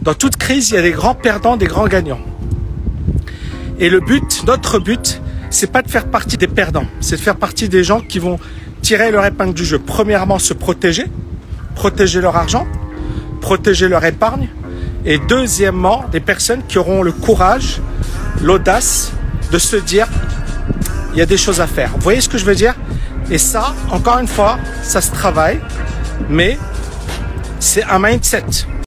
Dans toute crise, il y a des grands perdants, des grands gagnants. Et le but, notre but, c'est pas de faire partie des perdants, c'est de faire partie des gens qui vont tirer leur épingle du jeu. Premièrement, se protéger, protéger leur argent, protéger leur épargne. Et deuxièmement, des personnes qui auront le courage, l'audace de se dire, il y a des choses à faire. Vous voyez ce que je veux dire? Et ça, encore une fois, ça se travaille, mais c'est un mindset.